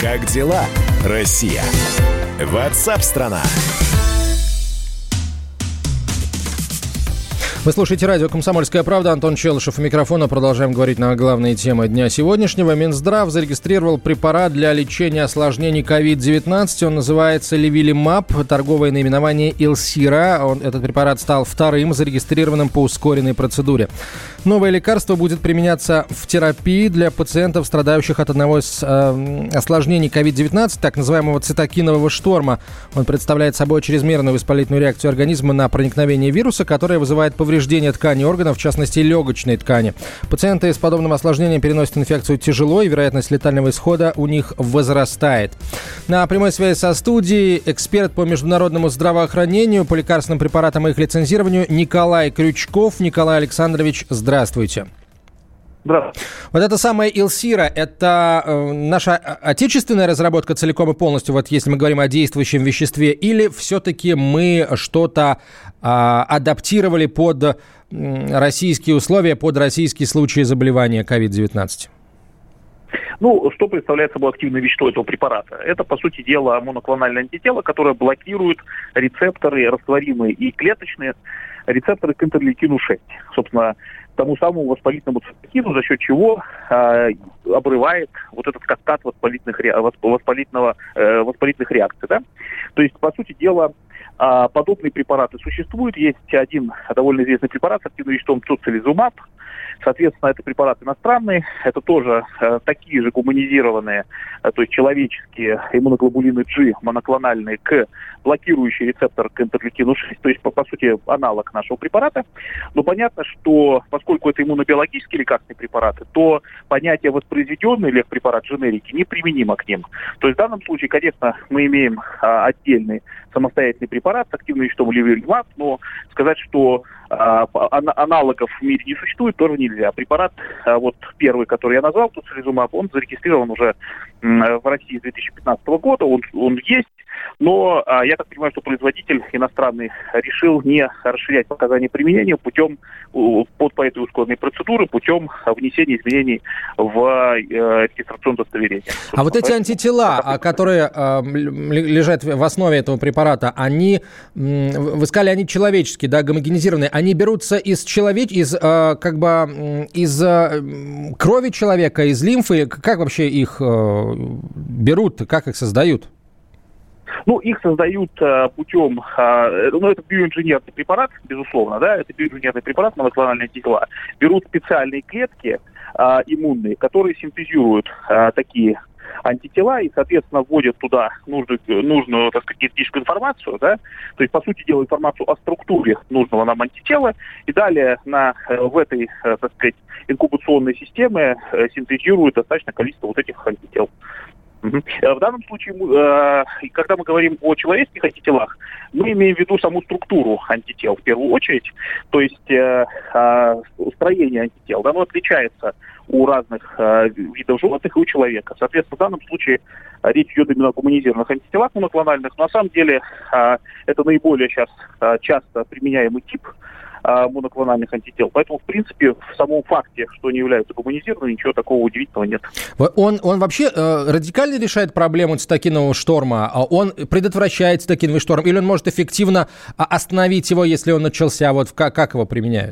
Как дела, Россия? WhatsApp-страна. Вы слушаете радио «Комсомольская правда». Антон Челышев у микрофона. Продолжаем говорить на главные темы дня сегодняшнего. Минздрав зарегистрировал препарат для лечения осложнений COVID-19. Он называется Левилимаб. Торговое наименование Илсира. Этот препарат стал вторым зарегистрированным по ускоренной процедуре. Новое лекарство будет применяться в терапии для пациентов, страдающих от одного из осложнений COVID-19, так называемого цитокинового шторма. Он представляет собой чрезмерную воспалительную реакцию организма на проникновение вируса, которая вызывает повреждение тканей органов, в частности легочной ткани. Пациенты с подобным осложнением переносят инфекцию тяжело, и вероятность летального исхода у них возрастает. На прямой связи со студией эксперт по международному здравоохранению, по лекарственным препаратам и их лицензированию Николай Крючков. Николай Александрович, здравствуйте. Здравствуйте. Вот это самая Илсира, это наша отечественная разработка целиком и полностью, вот если мы говорим о действующем веществе, или все-таки мы что-то адаптировали под российские условия, под российские случаи заболевания COVID-19? Ну, что представляет собой активное вещество этого препарата? Это, по сути дела, моноклональное антитело, которое блокирует рецепторы растворимые и клеточные, рецепторы к интерлейкину-6. Собственно, тому самому воспалительному цитокину, за счет чего обрывает вот этот каскад воспалительных реакций. Да? То есть, по сути дела, подобные препараты существуют. Есть один довольно известный препарат с активным веществом тоцилизумаб. Соответственно, это препараты иностранные, это тоже такие же гуманизированные, то есть человеческие иммуноглобулины G, моноклональные, к блокирующий рецептор к интерлейкину-6, то есть, по сути, аналог нашего препарата. Но понятно, что поскольку это иммунобиологические лекарственные препараты, то понятие воспроизведенный левпрепарат дженерики неприменимо к ним. То есть в данном случае, конечно, мы имеем отдельный самостоятельный препарат с активным веществом Левилимаб, но сказать, что аналогов в мире не существует, тоже нельзя. Препарат, вот первый, который я назвал, тоцилизумаб, он зарегистрирован уже в России с 2015 года, он есть, но я так понимаю, что производитель иностранный решил не расширять показания применения по этой ускоренной процедуре, путем внесения изменений в регистрационное удостоверение. А вот эти антитела, которые лежат в основе этого препарата, они, вы сказали, они человеческие, да, гомогенизированные, они берутся из крови человека, из лимфы, как вообще их берут, как их создают? Ну, их создают путем, это биоинженерный препарат, безусловно, да, это биоинженерный препарат, моноклональные антитела. Берут специальные клетки иммунные, которые синтезируют такие антитела и, соответственно, вводят туда нужную, так сказать, генетическую информацию, да, то есть, по сути дела, информацию о структуре нужного нам антитела, и далее в этой, так сказать, инкубационной системе синтезируют достаточное количество вот этих антител. В данном случае, когда мы говорим о человеческих антителах, мы имеем в виду саму структуру антител в первую очередь, то есть строение антител, оно отличается у разных видов животных и у человека. Соответственно, в данном случае речь идет именно о гуманизированных антителах моноклональных, но на самом деле это наиболее сейчас часто применяемый тип моноклональных антител. Поэтому, в принципе, в самом факте, что они являются гуманизированными, ничего такого удивительного нет. Он вообще радикально решает проблему цитокинового шторма? Он предотвращает цитокиновый шторм? Или он может эффективно остановить его, если он начался? Вот как его применяют?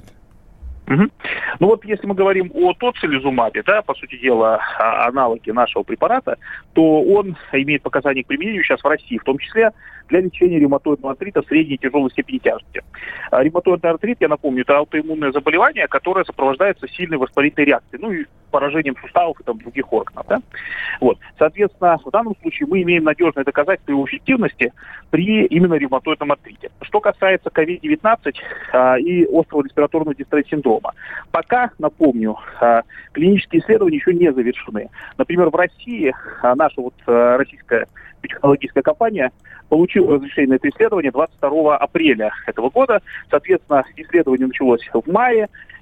Ну вот если мы говорим о тоцилизумабе, да, по сути дела, аналоге нашего препарата, то он имеет показания к применению сейчас в России, в том числе для лечения ревматоидного артрита средней и тяжелой степени тяжести. Ревматоидный артрит, я напомню, это аутоиммунное заболевание, которое сопровождается сильной воспалительной реакцией, ну и поражением суставов и там других органов, да. Вот. Соответственно, в данном случае мы имеем надежное доказательство его эффективности при именно ревматоидном артрите. Что касается COVID-19 и острого респираторного дистресс-синдрома, пока, напомню, клинические исследования еще не завершены. Например, в России наша российская технологическая компания получила разрешение на это исследование 22 апреля этого года. Соответственно, исследование началось в мае,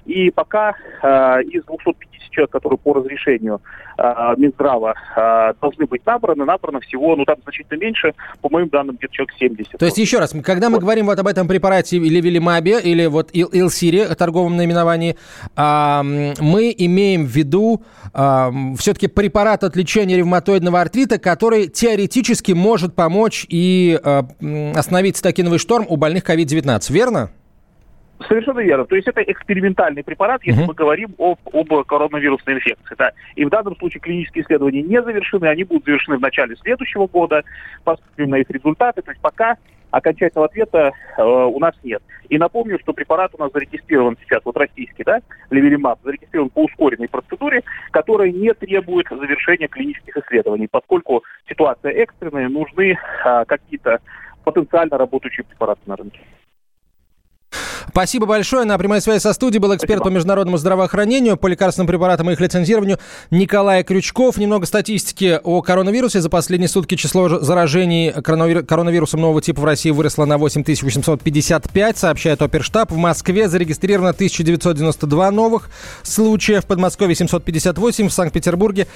И пока из 250 человек, которые по разрешению Минздрава должны быть набрано всего, там значительно меньше, по моим данным, где-то человек 70. То есть, еще раз, когда мы говорим об этом препарате Левилимабе или Илсире, торговом наименовании, мы имеем в виду все-таки препарат от лечения ревматоидного артрита, который теоретически может помочь и остановить цитокиновый шторм у больных COVID-19, верно? Совершенно верно. То есть это экспериментальный препарат, если мы говорим об коронавирусной инфекции. Да. И в данном случае клинические исследования не завершены, они будут завершены в начале следующего года, посмотрим на их результаты. То есть пока окончательного ответа у нас нет. И напомню, что препарат у нас зарегистрирован сейчас, российский, Левилимаб, зарегистрирован по ускоренной процедуре, которая не требует завершения клинических исследований, поскольку ситуация экстренная, нужны какие-то потенциально работающие препараты на рынке. Спасибо большое. На прямой связи со студией был эксперт по международному здравоохранению, по лекарственным препаратам и их лицензированию Николай Крючков. Немного статистики о коронавирусе. За последние сутки число заражений коронавирусом нового типа в России выросло на 8855, сообщает Оперштаб. В Москве зарегистрировано 1992 новых случая, в Подмосковье 758, в Санкт-Петербурге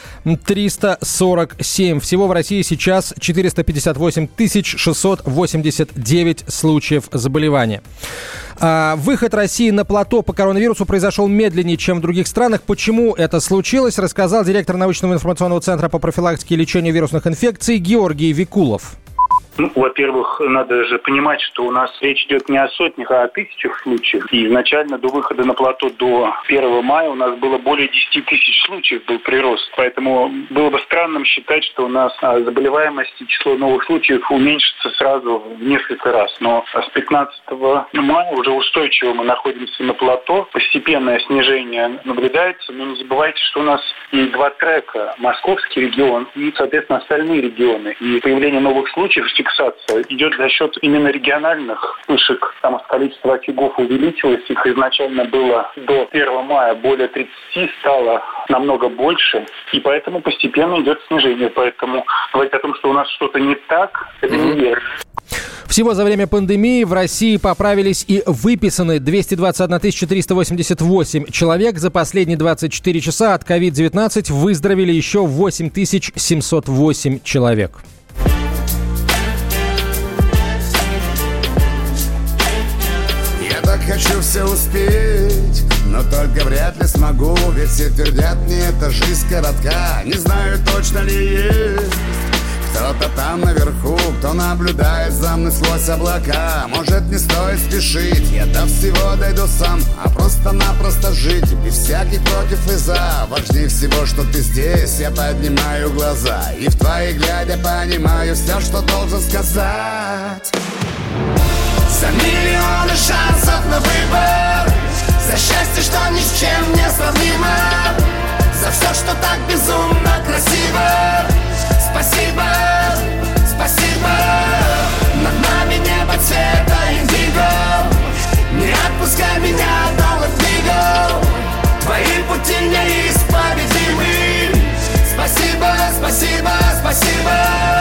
347. Всего в России сейчас 458 689 случаев заболевания. Выход России на плато по коронавирусу произошел медленнее, чем в других странах. Почему это случилось, рассказал директор научного информационного центра по профилактике и лечению вирусных инфекций Георгий Викулов. Во-первых, надо же понимать, что у нас речь идет не о сотнях, а о тысячах случаев. И изначально до выхода на плато до 1 мая у нас было более 10 тысяч случаев, был прирост. Поэтому было бы странным считать, что у нас заболеваемость и число новых случаев уменьшится сразу в несколько раз. Но с 15 мая уже устойчиво мы находимся на плато. Постепенное снижение наблюдается. Но не забывайте, что у нас есть два трека. Московский регион и, соответственно, остальные регионы. И появление новых случаев, фиксация идет за счет именно региональных вспышек. Там количество очагов увеличилось. Их изначально было до 1 мая более 30, стало намного больше. И поэтому постепенно идет снижение. Поэтому говорить о том, что у нас что-то не так, это неверно. Всего за время пандемии в России поправились и выписаны 221 388 человек. За последние 24 часа от COVID-19 выздоровели еще 8708 человек. Хочу все успеть, но только вряд ли смогу. Ведь все твердят мне, это жизнь коротка. Не знаю, точно ли есть кто-то там наверху, кто наблюдает за мной сквозь облака. Может, не стоит спешить, я до всего дойду сам, а просто-напросто жить без всяких против и за. Важнее всего, что ты здесь, я поднимаю глаза и в твои глядя понимаю все, что должен сказать. За миллионы шансов на выбор, за счастье, что ни с чем не сравнимо, за все, что так безумно красиво. Спасибо, спасибо. Над нами небо цвета индиго. Не отпускай меня до отвиго. Твои пути неисповедимы. Спасибо, спасибо, спасибо.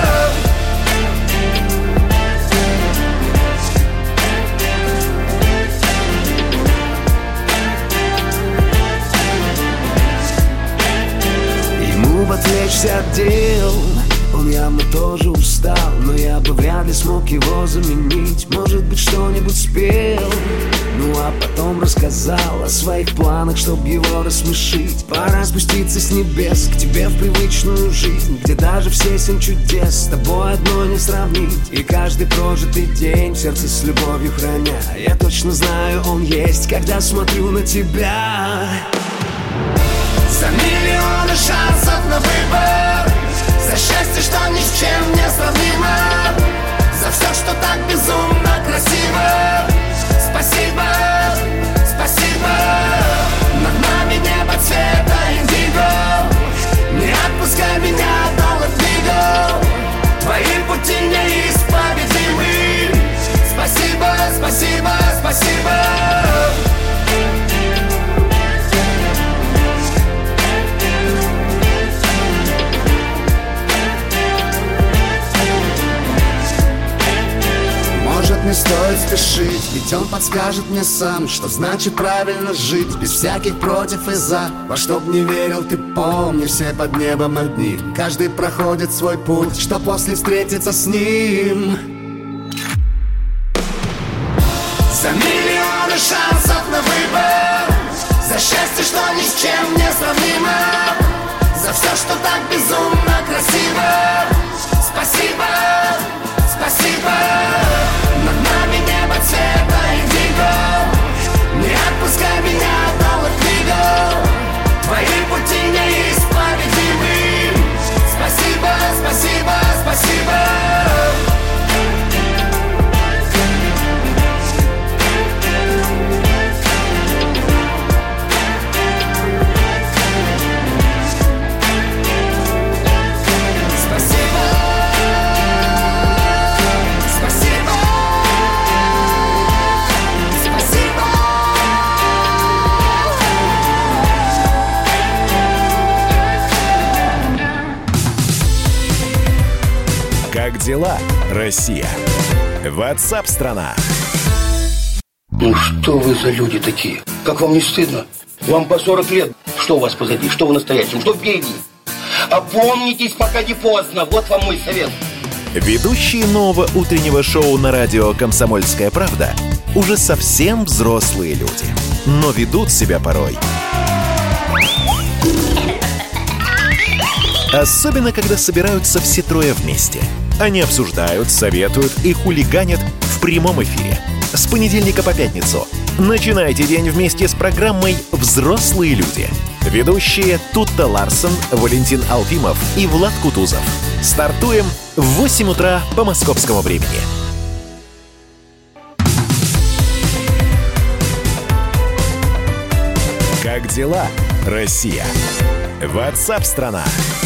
Бы отвлечься от дел, он явно тоже устал, но я бы вряд ли смог его заменить. Может быть, что-нибудь спел, ну а потом рассказал о своих планах, чтоб его рассмешить. Пора спуститься с небес к тебе в привычную жизнь, где даже все 7 чудес с тобой одно не сравнить. И каждый прожитый день в сердце с любовью храня, я точно знаю, он есть, когда смотрю на тебя. За миллионы шансов на выбор, за счастье, что ни с чем не сравнимо, за все, что так безумно красиво. Спасибо, спасибо. Над нами небо цвета индиго. Не отпускай меня до отвиго. Твои пути неисповедимы. Спасибо, спасибо, спасибо. Не стоит спешить. решить, ведь он подскажет мне сам, что значит правильно жить, без всяких против и за. Во что б не верил, ты помни, все под небом одни. Каждый проходит свой путь, что после встретиться с ним. За миллионы шансов на выбор, за счастье, что ни с чем не сравнимо, за все, что так безумно красиво. Спасибо, спасибо. Над нами небо цвета индиго. Не отпускай меня, доллар книгу. Твои пути неисповедимы. Спасибо, спасибо, спасибо. Как дела, Россия? WhatsApp-страна. Ну что вы за люди такие? Как вам не стыдно? Вам по 40 лет. Что у вас позади? Что вы настоящем? Что впереди? Опомнитесь, пока не поздно. Вот вам мой совет. Ведущие нового утреннего шоу на радио «Комсомольская правда» уже совсем взрослые люди, но ведут себя порой. Особенно, когда собираются все трое вместе. Они обсуждают, советуют и хулиганят в прямом эфире. С понедельника по пятницу. Начинайте день вместе с программой «Взрослые люди». Ведущие Тутта Ларсон, Валентин Алфимов и Влад Кутузов. Стартуем в 8 утра по московскому времени. Как дела, Россия? WhatsApp-страна.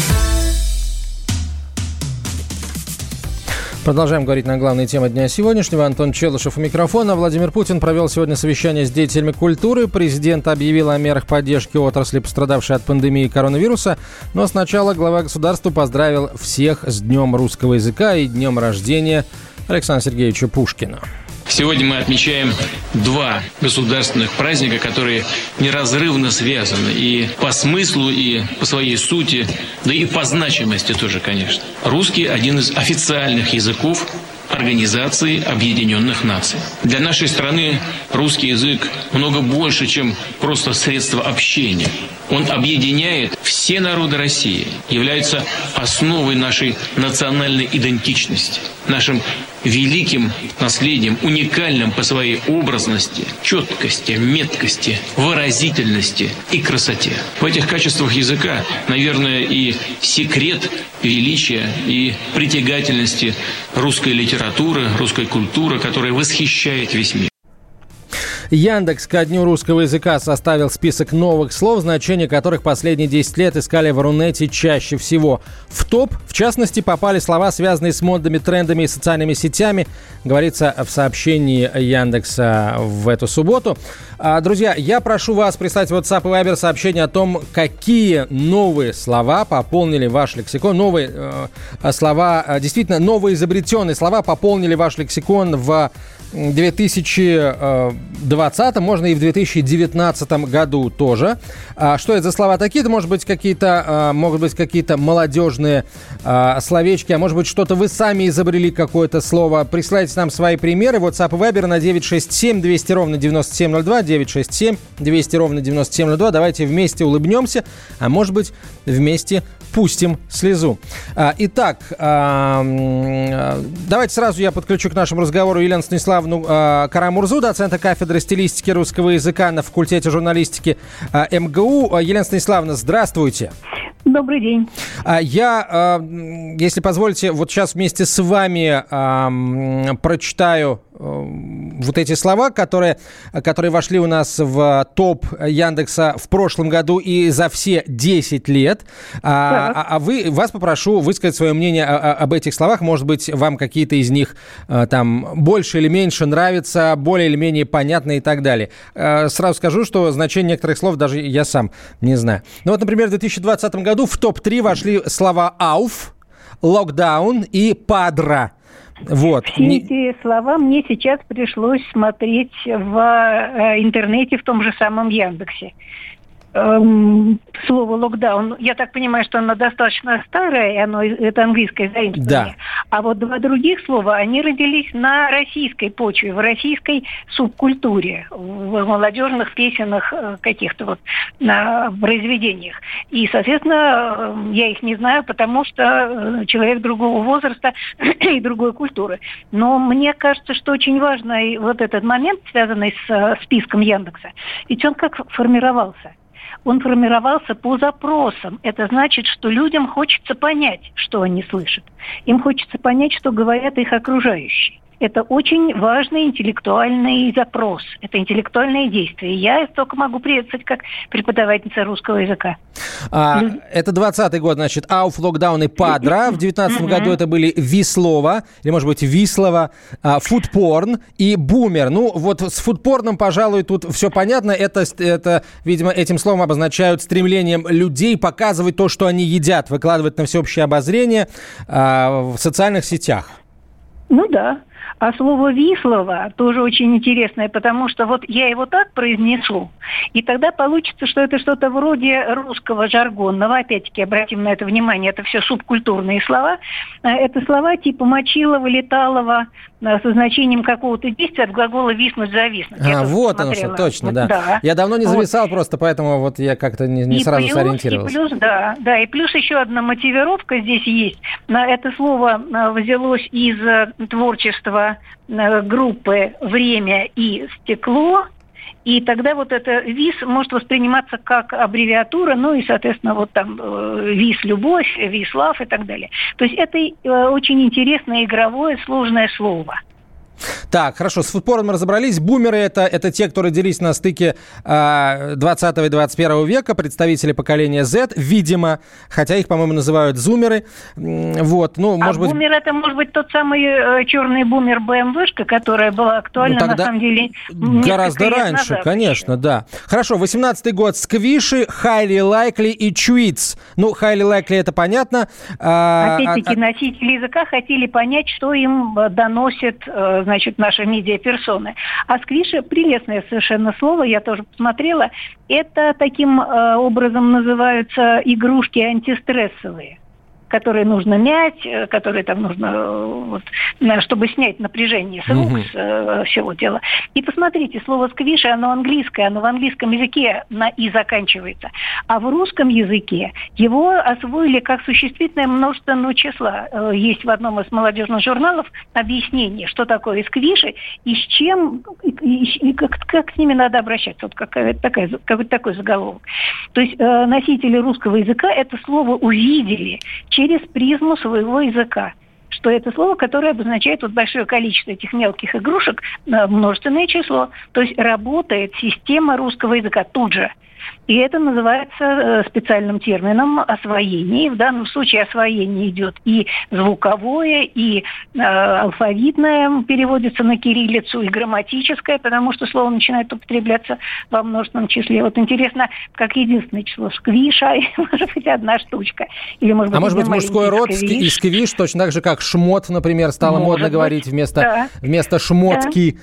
Продолжаем говорить на главные темы дня сегодняшнего. Антон Челышев у микрофона. Владимир Путин провел сегодня совещание с деятелями культуры. Президент объявил о мерах поддержки отрасли, пострадавшей от пандемии коронавируса. Но сначала глава государства поздравил всех с Днем русского языка и днем рождения Александра Сергеевича Пушкина. Сегодня мы отмечаем два государственных праздника, которые неразрывно связаны и по смыслу, и по своей сути, да и по значимости тоже, конечно. Русский – один из официальных языков Организации Объединенных Наций. Для нашей страны русский язык много больше, чем просто средство общения. Он объединяет все народы России, является основой нашей национальной идентичности, нашим великим наследием, уникальным по своей образности, четкости, меткости, выразительности и красоте. В этих качествах языка, наверное, и секрет величия и притягательности русской литературы, русской культуры, которая восхищает весь мир. Яндекс ко Дню русского языка составил список новых слов, значения которых последние 10 лет искали в Рунете чаще всего. В топ, в частности, попали слова, связанные с модными трендами и социальными сетями, говорится в сообщении Яндекса в эту субботу. Друзья, я прошу вас прислать в WhatsApp и Viber сообщение о том, какие новые слова пополнили ваш лексикон. Новые слова, действительно новоизобретенные слова пополнили ваш лексикон в 2020, можно и в 2019 году тоже. Что это за слова такие? Это могут быть какие-то молодежные словечки, а может быть что-то вы сами изобрели, какое-то слово. Присылайте нам свои примеры. WhatsApp и Viber на 967 200 ровно 9702, 967 200 ровно 9702. Давайте вместе улыбнемся, а может быть вместе пустим слезу. Итак, давайте сразу я подключу к нашему разговору Елену Станиславовну Карамурзу, доцента кафедры стилистики русского языка на факультете журналистики МГУ. Елена Станиславовна, здравствуйте. Добрый день. Я, если позволите, вот сейчас вместе с вами прочитаю вот эти слова, которые вошли у нас в топ Яндекса в прошлом году и за все 10 лет. Вас попрошу высказать свое мнение об этих словах. Может быть, вам какие-то из них там больше или меньше нравятся, более или менее понятны и так далее. Сразу скажу, что значение некоторых слов даже я сам не знаю. Ну вот, например, в 2020 году в топ-3 вошли слова «ауф», «локдаун» и «падра». Вот. Все эти слова мне сейчас пришлось смотреть в интернете, в том же самом Яндексе. Слово «локдаун», я так понимаю, что оно достаточно старое, это английское заимствование. Да. А вот два других слова, они родились на российской почве, в российской субкультуре, в молодежных песенных каких-то вот произведениях. И, соответственно, я их не знаю, потому что человек другого возраста и другой культуры. Но мне кажется, что очень важный вот этот момент, связанный с списком Яндекса, ведь он как формировался? Он формировался по запросам. Это значит, что людям хочется понять, что они слышат. Им хочется понять, что говорят их окружающие. Это очень важный интеллектуальный запрос. Это интеллектуальное действие. Я только могу приветствовать как преподавательница русского языка. Это 20-й год, значит, Ауф, Локдаун и Падра. В 19-м году это были Вислова, или, может быть, Вислова, Фудпорн и Бумер. Ну, вот с фудпорном, пожалуй, тут все понятно. Это, видимо, этим словом обозначают стремлением людей показывать то, что они едят, выкладывать на всеобщее обозрение в социальных сетях. Ну да. А слово «вислова» тоже очень интересное, потому что вот я его так произнесу, и тогда получится, что это что-то вроде русского жаргонного. Опять-таки, обратим на это внимание, это все субкультурные слова. Это слова типа «мочилова», «леталова», со значением какого-то действия от глагола «виснуть», «зависнуть». Вот оно что, точно, вот, да. Я давно не зависал просто, поэтому вот я как-то не сразу сориентировался. И плюс еще одна мотивировка здесь есть. Это слово взялось из творчества группы «Время и стекло». И тогда вот это ВИС может восприниматься как аббревиатура, ну и, соответственно, вот там ВИС любовь, ВИС лав и так далее. То есть это очень интересное игровое сложное слово. Так, хорошо, с фудпорном разобрались. Бумеры это те, кто родились на стыке 20 и 21 века, представители поколения Z, видимо, хотя их, по-моему, называют зумеры. Вот, ну, может быть... бумер это может быть тот самый черный бумер BMW-шка, которая была актуальна, на самом деле, гораздо раньше, назад, конечно, да. Хорошо, 18-й год, сквиши, highly likely и tweets. Ну, highly likely это понятно. Опять-таки, носители языка хотели понять, что им доносит, значит, наши медиаперсоны. А сквиши, прелестное совершенно слово, я тоже посмотрела, это таким образом называются игрушки антистрессовые, которые нужно мять, которые там нужно, чтобы снять напряжение с рук, с всего тела. И посмотрите, слово «сквиш», оно английское, оно в английском языке на «и» заканчивается. А в русском языке его освоили как существительное множественного числа. Есть в одном из молодежных журналов объяснение, что такое сквиши и с чем, и как с ними надо обращаться. Вот какой-то такой заголовок. То есть носители русского языка это слово увидели через призму своего языка, что это слово, которое обозначает вот большое количество этих мелких игрушек, множественное число. То есть работает система русского языка тут же. И это называется специальным термином освоение. В данном случае освоение идет и звуковое, и алфавитное переводится на кириллицу, и грамматическое, потому что слово начинает употребляться во множественном числе. Вот интересно, как единственное число сквиша, может быть, одна штучка. Или, может быть, мужской род и сквиш, точно так же, как шмот, например, стало модно говорить вместо шмотки.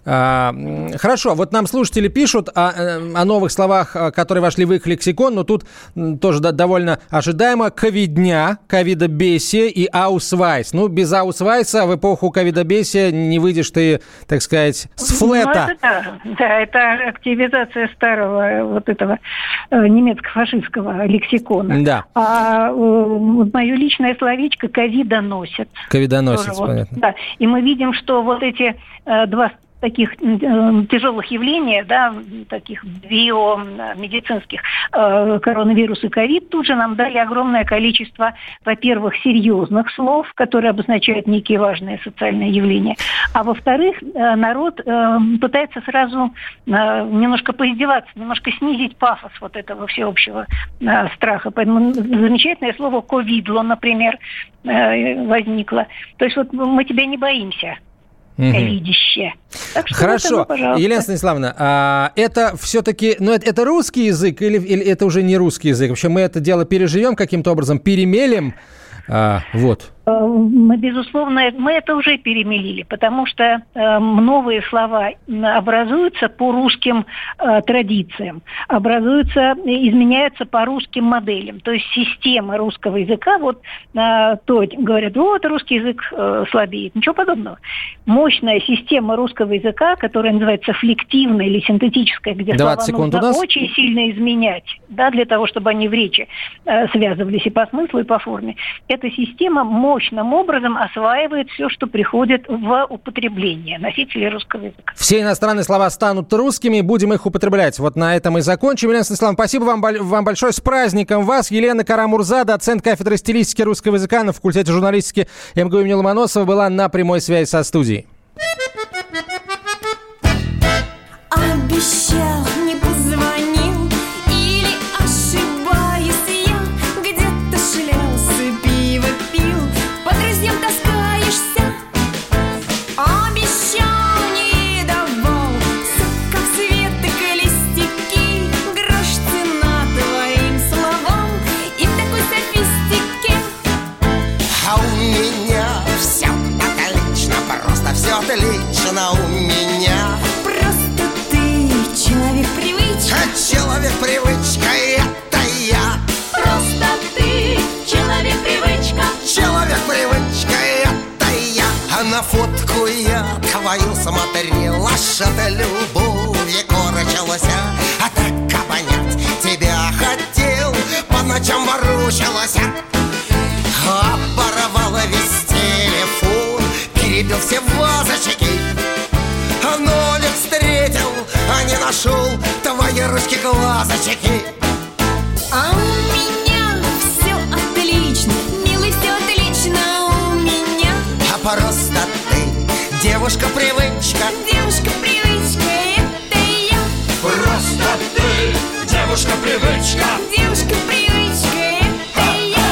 Хорошо, вот нам слушатели пишут о новых словах, которые вошли в их лексикон, но тут тоже довольно ожидаемо. Ковидня, ковидобесие и аусвайс. Ну, без аусвайса в эпоху ковидобесия не выйдешь ты, так сказать, с флета. Это активизация старого вот этого немецко-фашистского лексикона. Да. А мое личное словечко ковидоносец. Ковидоносец, понятно. Да. И мы видим, что вот эти два таких тяжелых явлений, да, таких биомедицинских, коронавирус и ковид, тут же нам дали огромное количество, во-первых, серьезных слов, которые обозначают некие важные социальные явления, а во-вторых, народ пытается сразу немножко поиздеваться, немножко снизить пафос вот этого всеобщего страха. Поэтому замечательное слово «ковидло», например, возникло. То есть вот мы тебя не боимся. Видящее. Хорошо. Елена Станиславовна, это все-таки, это русский язык или это уже не русский язык? Вообще мы это дело переживем каким-то образом, перемелем? Вот. Безусловно, мы это уже перемелили, потому что новые слова образуются по русским традициям, изменяются по русским моделям. То есть система русского языка, то говорят, русский язык слабеет. Ничего подобного. Мощная система русского языка, которая называется флективная или синтетическая, где слова нужно очень сильно изменять, для того, чтобы они в речи связывались и по смыслу, и по форме. Эта система мощным образом осваивает все, что приходит в употребление носителей русского языка. Все иностранные слова станут русскими, будем их употреблять. Вот на этом и закончим. Елена Станиславовна, спасибо вам большое. С праздником вас. Елена Карамурза, доцент кафедры стилистики русского языка на факультете журналистики МГУ имени Ломоносова, была на прямой связи со студией. Обещал, не позвонил, или ошибаюсь я, где-то шлялся, пиво пил, по друзьям таскаешься. Обещал, не давал, как цветы листики, грош цена твоим словам и в такой софистике. А у меня все отлично, просто все отлично у меня. Человек-привычка. Человек-привычка, это я. Просто ты человек-привычка. Человек-привычка, это я. А на фотку я твою смотрел, аж от любви корчилась. А так обонять тебя хотел, по ночам ворочалась. Оборвала весь телефон, перебил все вазочки. Нолик встретил, а не нашел твои ручки глазочки. А у меня все отлично, милый, все отлично у меня. А просто ты девушка-привычка. Девушка-привычка, это я. Просто ты девушка-привычка. Девушка-привычка, это я.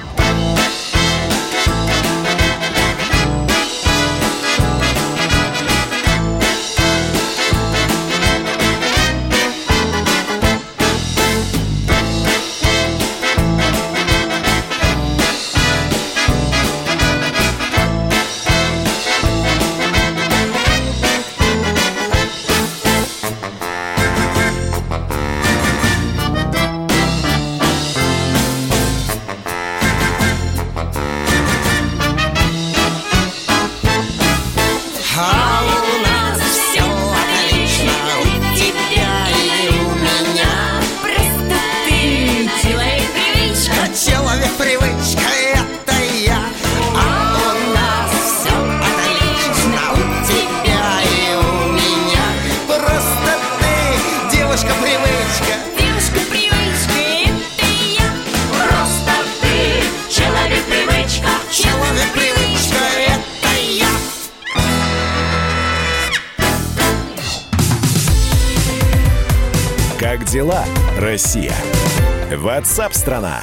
Как дела, Россия? WhatsApp-страна.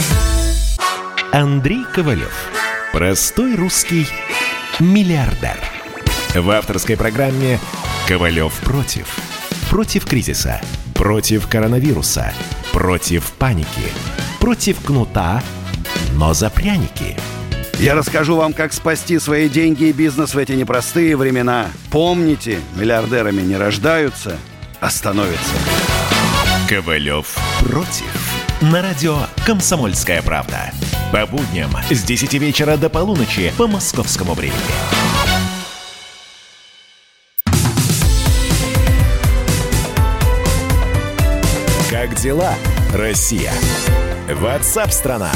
Андрей Ковалев. Простой русский миллиардер. В авторской программе «Ковалев против». Против кризиса, против коронавируса, против паники, против кнута, но за пряники. Я расскажу вам, как спасти свои деньги и бизнес в эти непростые времена. Помните, миллиардерами не рождаются, а становятся. Ковалев против. На радио «Комсомольская правда». По будням с 10 вечера до полуночи по московскому времени. Как дела, Россия? WhatsApp-страна.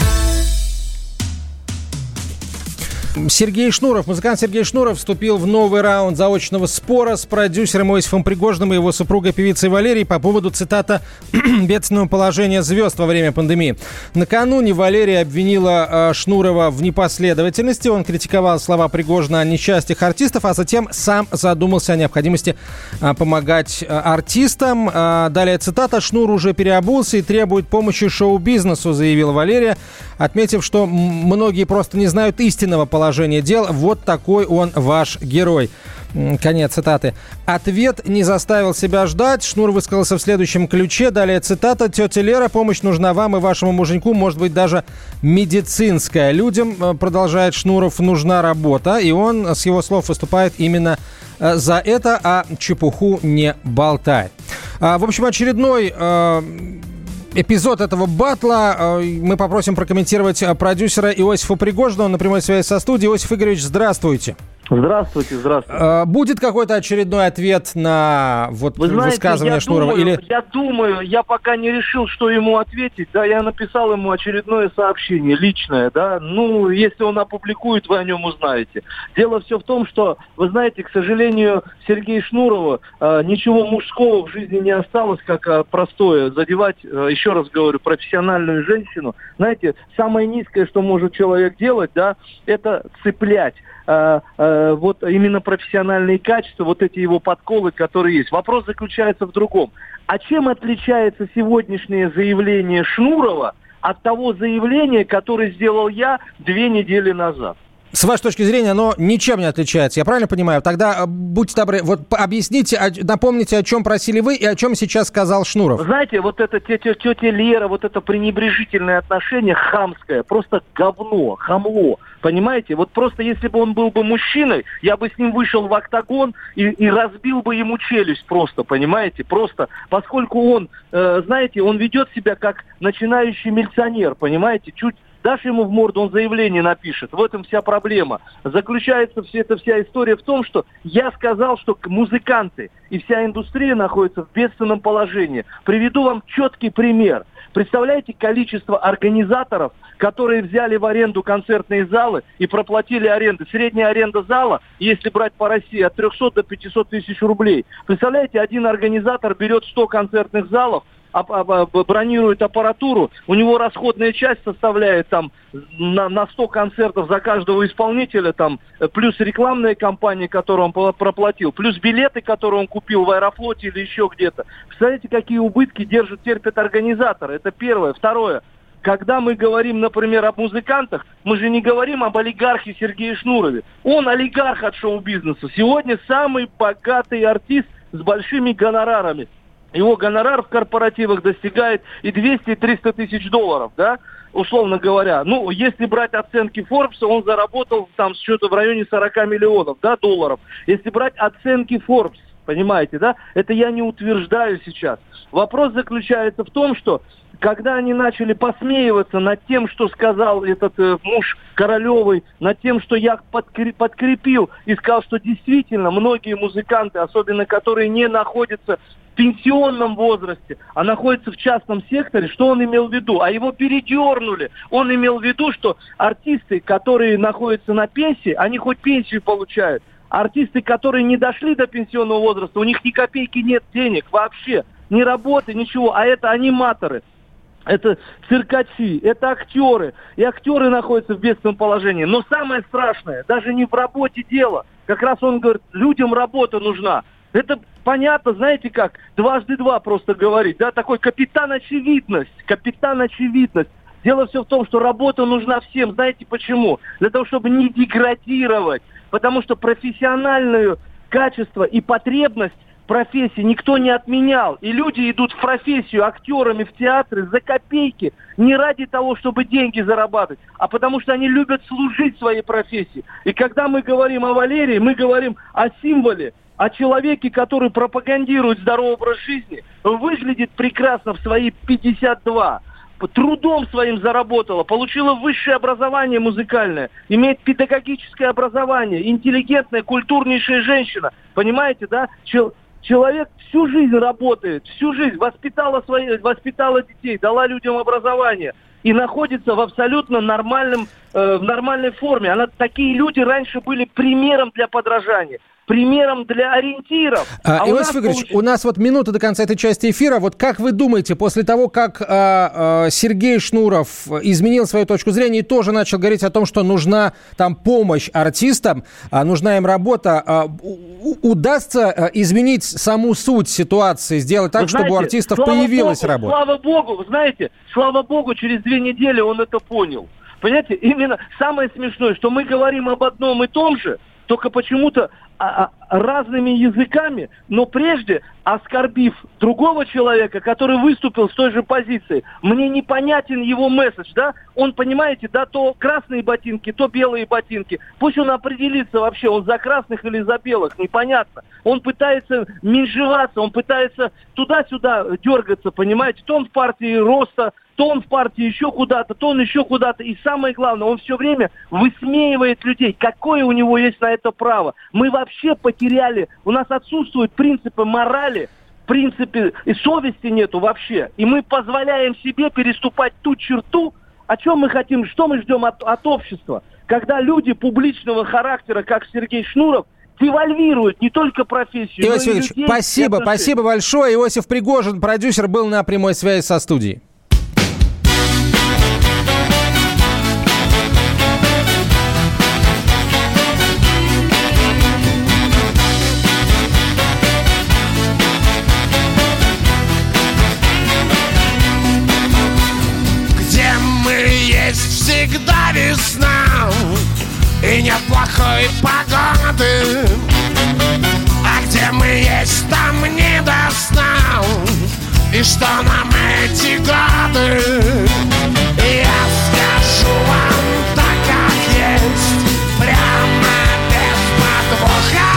Сергей Шнуров, музыкант Сергей Шнуров вступил в новый раунд заочного спора с продюсером Иосифом Пригожиным и его супругой певицей Валерией по поводу, цитата, «бедственного положения звезд во время пандемии». Накануне Валерия обвинила Шнурова в непоследовательности. Он критиковал слова Пригожина о несчастьях артистов, а затем сам задумался о необходимости помогать артистам. Далее цитата: «Шнур уже переобулся и требует помощи шоу-бизнесу», заявила Валерия, отметив, что многие просто не знают истинного положения дел. Вот такой он ваш герой. Конец цитаты. Ответ не заставил себя ждать. Шнур высказался в следующем ключе. Далее цитата. «Тетя Лера, помощь нужна вам и вашему муженьку, может быть, даже медицинская. Людям, продолжает Шнуров, нужна работа». И он, с его слов, выступает именно за это, а чепуху не болтает. В общем, очередной эпизод этого батла мы попросим прокомментировать продюсера Иосифа Пригожина. Он на прямой связи со студией. Иосиф Игоревич, здравствуйте. Здравствуйте, здравствуйте. Будет какой-то очередной ответ на вот высказывание Шнурова? Я пока не решил, что ему ответить. Да, я написал ему очередное сообщение, личное, да. Ну, если он опубликует, вы о нем узнаете. Дело все в том, что, вы знаете, к сожалению, Сергею Шнурову ничего мужского в жизни не осталось, как простое задевать, еще раз говорю, профессиональную женщину. Знаете, самое низкое, что может человек делать, да, это цеплять. Вот именно профессиональные качества, вот эти его подколы, которые есть. Вопрос заключается в другом. А чем отличается сегодняшнее заявление Шнурова от того заявления, которое сделал я 2 недели назад? С вашей точки зрения, оно ничем не отличается, я правильно понимаю? Тогда будьте добры, вот объясните, напомните, о чем просили вы и о чем сейчас сказал Шнуров. Знаете, вот это тетя Лера, вот это пренебрежительное отношение хамское, просто говно, хамло, понимаете? Вот просто если бы он был бы мужчиной, я бы с ним вышел в октагон и разбил бы ему челюсть просто, понимаете? Просто, поскольку он, знаете, он ведет себя как начинающий милиционер, понимаете? Чуть дашь ему в морду, он заявление напишет. В этом вся проблема. Заключается вся история в том, что я сказал, что музыканты и вся индустрия находятся в бедственном положении. Приведу вам четкий пример. Представляете количество организаторов, которые взяли в аренду концертные залы и проплатили аренды. Средняя аренда зала, если брать по России, от 300 до 500 тысяч рублей. Представляете, один организатор берет 100 концертных залов, бронирует аппаратуру, у него расходная часть составляет там на 100 концертов за каждого исполнителя, там, плюс рекламная кампания, которую он проплатил, плюс билеты, которые он купил в Аэрофлоте или еще где-то. Представляете, какие убытки терпят организаторы? Это первое. Второе. Когда мы говорим, например, об музыкантах, мы же не говорим об олигархе Сергее Шнурове. Он олигарх от шоу-бизнеса. Сегодня самый богатый артист с большими гонорарами. Его гонорар в корпоративах достигает и 200, и 300 тысяч долларов, да, условно говоря. Ну, если брать оценки Forbes, он заработал там что-то в районе 40 миллионов, да, долларов. Если брать оценки Forbes, понимаете, да, это я не утверждаю сейчас. Вопрос заключается в том, что когда они начали посмеиваться над тем, что сказал этот муж Королевой, над тем, что я подкрепил и сказал, что действительно многие музыканты, особенно которые не находятся в пенсионном возрасте, а находятся в частном секторе, что он имел в виду? А его передернули. Он имел в виду, что артисты, которые находятся на пенсии, они хоть пенсию получают. А артисты, которые не дошли до пенсионного возраста, у них ни копейки нет денег вообще, ни работы, ничего. А это аниматоры. Это циркачи, это актеры. И актеры находятся в бедственном положении. Но самое страшное, даже не в работе дело. Как раз он говорит, людям работа нужна. Это понятно, знаете как, 2 × 2 просто говорить. Да, такой капитан-очевидность. Дело все в том, что работа нужна всем. Знаете почему? Для того, чтобы не деградировать. Потому что профессиональное качество и потребность профессии никто не отменял. И люди идут в профессию актерами в театры за копейки. Не ради того, чтобы деньги зарабатывать, а потому что они любят служить своей профессии. И когда мы говорим о Валерии, мы говорим о символе, о человеке, который пропагандирует здоровый образ жизни, выглядит прекрасно в свои 52. Трудом своим заработала, получила высшее образование музыкальное, имеет педагогическое образование, интеллигентная, культурнейшая женщина. Понимаете, да? Человек всю жизнь работает, всю жизнь воспитала детей, дала людям образование и находится в абсолютно нормальной форме. Такие люди раньше были примером для подражания. Примером для ориентиров. Иосиф Игоревич, у нас вот минута до конца этой части эфира. Вот как вы думаете, после того, как Сергей Шнуров изменил свою точку зрения и тоже начал говорить о том, что нужна там помощь артистам, нужна им работа, удастся изменить саму суть ситуации, сделать так, чтобы у артистов появилась работа? Слава Богу, вы знаете, слава Богу, через 2 недели он это понял. Понимаете, именно самое смешное, что мы говорим об одном и том же, только почему-то разными языками, но прежде оскорбив другого человека, который выступил с той же позиции. Мне непонятен его месседж, да? Он, понимаете, да, то красные ботинки, то белые ботинки. Пусть он определится вообще, он за красных или за белых, непонятно. Он пытается меньшеваться, он пытается туда-сюда дергаться, понимаете? То он в партии роста, то он в партии еще куда-то, то он еще куда-то. И самое главное, он все время высмеивает людей. Какое у него есть на это право? Мы вообще потеряли, у нас отсутствуют принципы морали, принципы и совести нету вообще. И мы позволяем себе переступать ту черту, о чем мы хотим, что мы ждем от общества. Когда люди публичного характера, как Сергей Шнуров, девальвируют не только профессию, Иосиф но и Ильич, людей. спасибо большое. Иосиф Пригожин, продюсер, был на прямой связи со студией. Всегда весна и нет плохой погоды. А где мы есть, там не до сна. И что нам эти годы? Я скажу вам так, как есть, прямо без подвоха.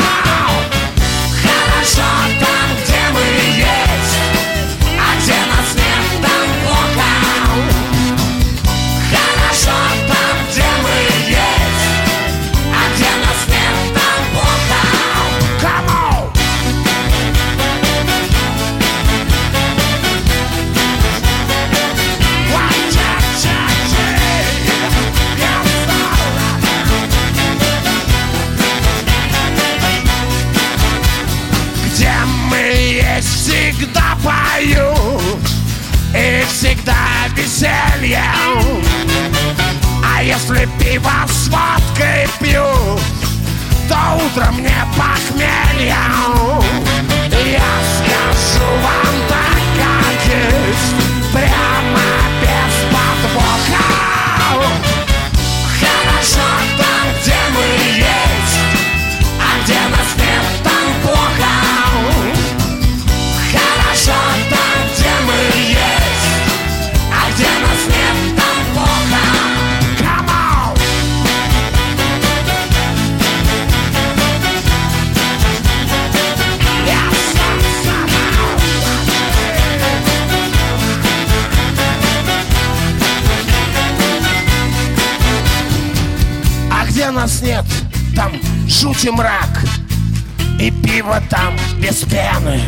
Хорошо там, где мы есть, а где нас нет, там плохо. Хорошо там, где мы есть, а где нас нет, там плохо. Come on! Где мы есть, всегда поют и всегда веселье. А если пиво с водкой пьют, то утром не похмелье. Я скажу вам так, как есть, прямо без подвоха. Хорошо там, где мы есть, а где нас нет, там плохо. Хорошо там, где мы есть, а где нас нет, там плохо. Где нас нет, там жуть и мрак, и пиво там без пены.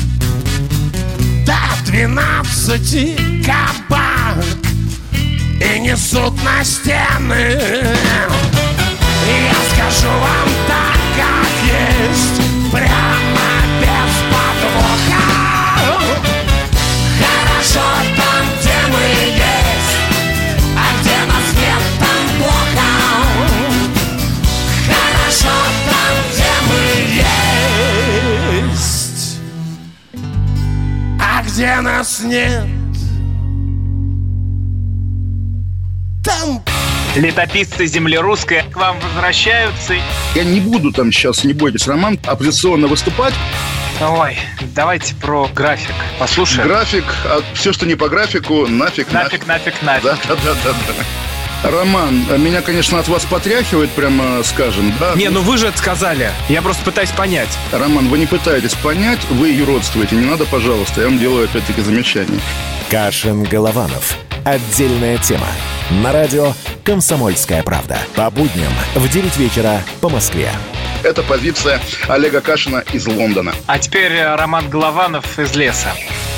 До 12 кабак и несут на стены. И я скажу вам так, как есть, прямо без подвоха. Хорошо там, где мы есть, а где нас нет, там плохо. Хорошо там, где мы есть, а где нас нет, там. Летописцы земли русской к вам возвращаются. Я не буду там сейчас, не бойтесь, Роман, оппозиционно выступать. Ой, давайте про график послушаем. График, все, что не по графику, нафиг. Нафиг. Да. Роман, меня, конечно, от вас потряхивает, прямо скажем, да? Не, ну вы же это сказали. Я просто пытаюсь понять. Роман, вы не пытаетесь понять, вы юродствуете. Не надо, пожалуйста, я вам делаю опять-таки замечание. Кашин-Голованов. Отдельная тема. На радио «Комсомольская правда». По будням в 9 вечера по Москве. Это позиция Олега Кашина из Лондона. А теперь Роман Голованов из леса.